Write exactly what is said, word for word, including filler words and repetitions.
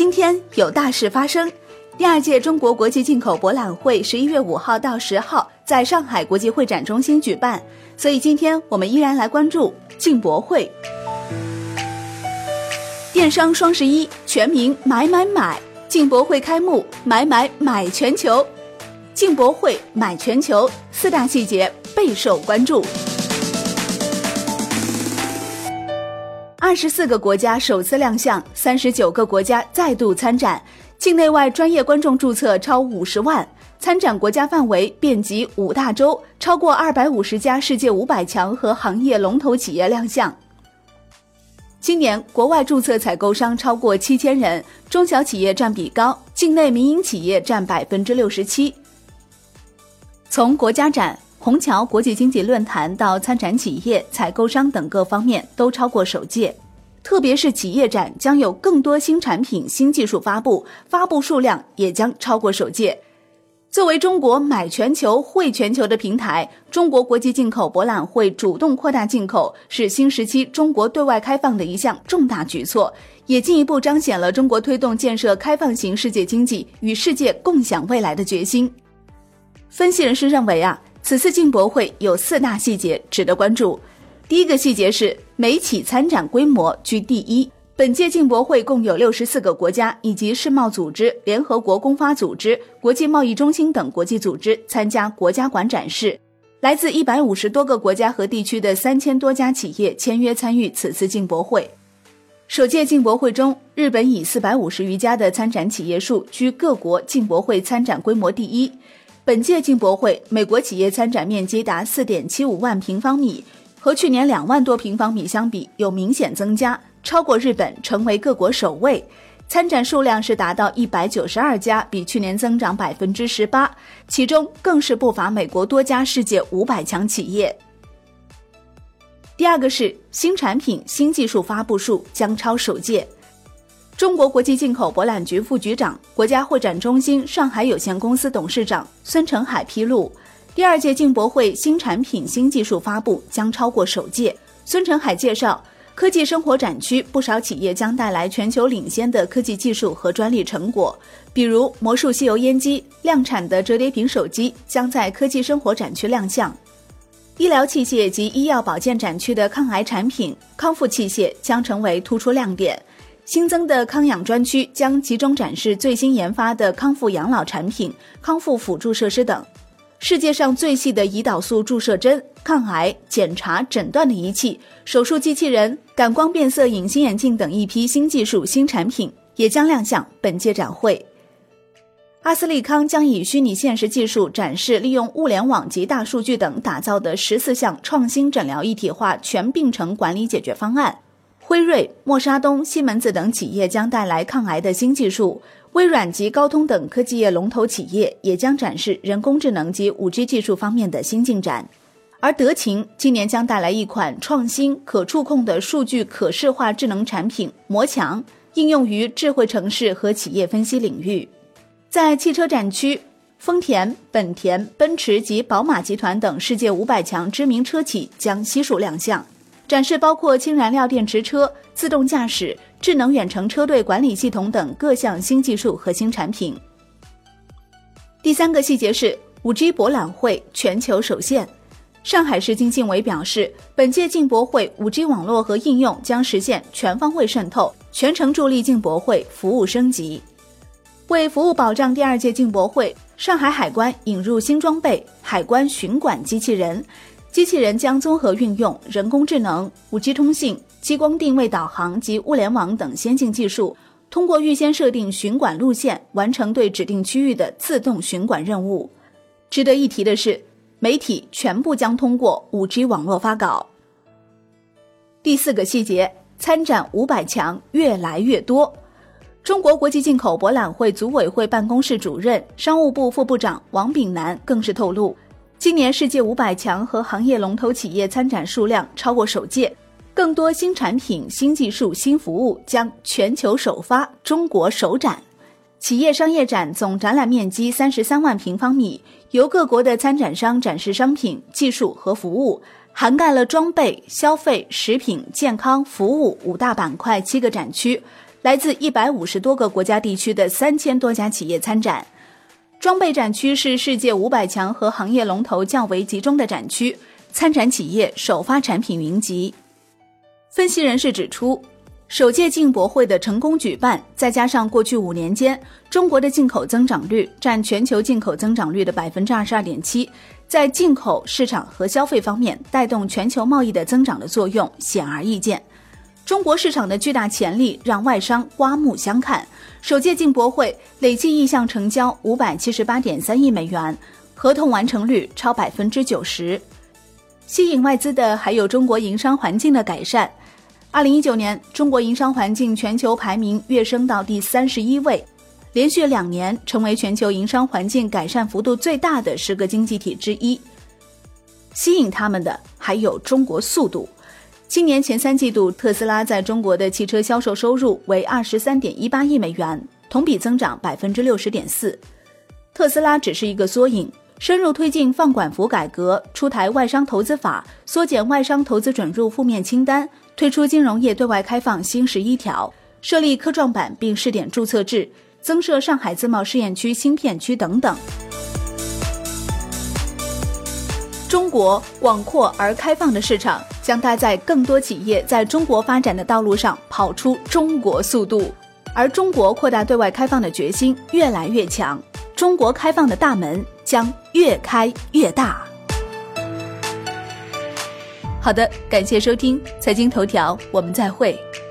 今天有大事发生，第二届中国国际进口博览会十一月五号到十号在上海国际会展中心举办，所以今天我们依然来关注进博会。电商双十一，全民买买买，进博会开幕，买买买全球。进博会买全球，四大细节备受关注。二十四个国家首次亮相，三十九个国家再度参展，境内外专业观众注册超五十万，参展国家范围遍及五大洲，超过二百五十家世界五百强和行业龙头企业亮相。今年国外注册采购商超过七千人，中小企业占比高，境内民营企业占百分之六十七。从国家展、虹桥国际经济论坛到参展企业、采购商等各方面都超过首届，特别是企业展将有更多新产品、新技术发布，发布数量也将超过首届。作为中国买全球、会全球的平台，中国国际进口博览会主动扩大进口，是新时期中国对外开放的一项重大举措，也进一步彰显了中国推动建设开放型世界经济与世界共享未来的决心。分析人士认为啊，此次进博会有四大细节值得关注。第一个细节是美企参展规模居第一。本届进博会共有六十四个国家以及世贸组织、联合国公发组织、国际贸易中心等国际组织参加国家馆展示，来自一百五十多个国家和地区的三千多家企业签约参与此次进博会。首届进博会中，日本以四百五十余家的参展企业数居各国进博会参展规模第一。本届进博会，美国企业参展面积达 四点七五万平方米，和去年两万多平方米相比有明显增加，超过日本，成为各国首位。参展数量是达到一百九十二家，比去年增长 百分之十八， 其中更是不乏美国多家世界五百强企业。第二个是新产品、新技术发布数将超首届。中国国际进口博览局副局长、国家会展中心上海有限公司董事长孙成海披露，第二届进博会新产品、新技术发布将超过首届。孙成海介绍，科技生活展区不少企业将带来全球领先的科技技术和专利成果，比如魔术吸油烟机量产的折叠屏手机将在科技生活展区亮相。医疗器械及医药保健展区的抗癌产品、康复器械将成为突出亮点。新增的康养专区将集中展示最新研发的康复养老产品、康复辅助设施等。世界上最细的胰岛素注射针、抗癌、检查、诊断的仪器、手术机器人、感光变色隐形眼镜等一批新技术新产品也将亮相本届展会。阿斯利康将以虚拟现实技术展示利用物联网及大数据等打造的十四项创新诊疗一体化全病程管理解决方案。辉瑞、默沙东、西门子等企业将带来抗癌的新技术，微软及高通等科技业龙头企业也将展示人工智能及 五 G 技术方面的新进展。而德勤今年将带来一款创新可触控的数据可视化智能产品魔墙，应用于智慧城市和企业分析领域。在汽车展区，丰田、本田、奔驰及宝马集团等世界五百强知名车企将悉数亮相，展示包括氢燃料电池车、自动驾驶、智能远程车队管理系统等各项新技术和新产品。第三个细节是 五 G 博览会全球首现。上海市经信委表示，本届进博会 五 G 网络和应用将实现全方位渗透，全程助力进博会服务升级。为服务保障第二届进博会，上海海关引入新装备海关巡管机器人，机器人将综合运用人工智能、五 G 通信、激光定位导航及物联网等先进技术，通过预先设定巡管路线，完成对指定区域的自动巡管任务。值得一提的是，媒体全部将通过 五 G 网络发稿。第四个细节，参展五百强越来越多。中国国际进口博览会组委会办公室主任、商务部副部长王炳南更是透露，今年世界五百强和行业龙头企业参展数量超过首届，更多新产品、新技术、新服务将全球首发、中国首展。企业商业展总展览面积三十三万平方米，由各国的参展商展示商品、技术和服务，涵盖了装备、消费、食品、健康、服务五大板块七个展区。 来自一百五十多个国家地区的三千多家企业参展。装备展区是世界五百强和行业龙头较为集中的展区，参展企业首发产品云集。分析人士指出，首届进博会的成功举办，再加上过去五年间中国的进口增长率占全球进口增长率的 百分之二十二点七， 在进口市场和消费方面带动全球贸易的增长的作用显而易见。中国市场的巨大潜力让外商刮目相看，首届进博会累计意向成交 五百七十八点三亿美元，合同完成率超 百分之九十。 吸引外资的还有中国营商环境的改善。二零一九年，中国营商环境全球排名跃升到第三十一位，连续两年成为全球营商环境改善幅度最大的十个经济体之一。吸引他们的还有中国速度。今年前三季度，特斯拉在中国的汽车销售收入为 二十三点一八亿美元，同比增长 百分之六十点四。 特斯拉只是一个缩影，深入推进放管服改革，出台外商投资法，缩减外商投资准入负面清单，推出金融业对外开放新十一条，设立科创板并试点注册制，增设上海自贸试验区芯片区等等。中国广阔而开放的市场将搭载更多企业在中国发展的道路上跑出中国速度，而中国扩大对外开放的决心越来越强，中国开放的大门将越开越大。好的，感谢收听财经头条，我们再会。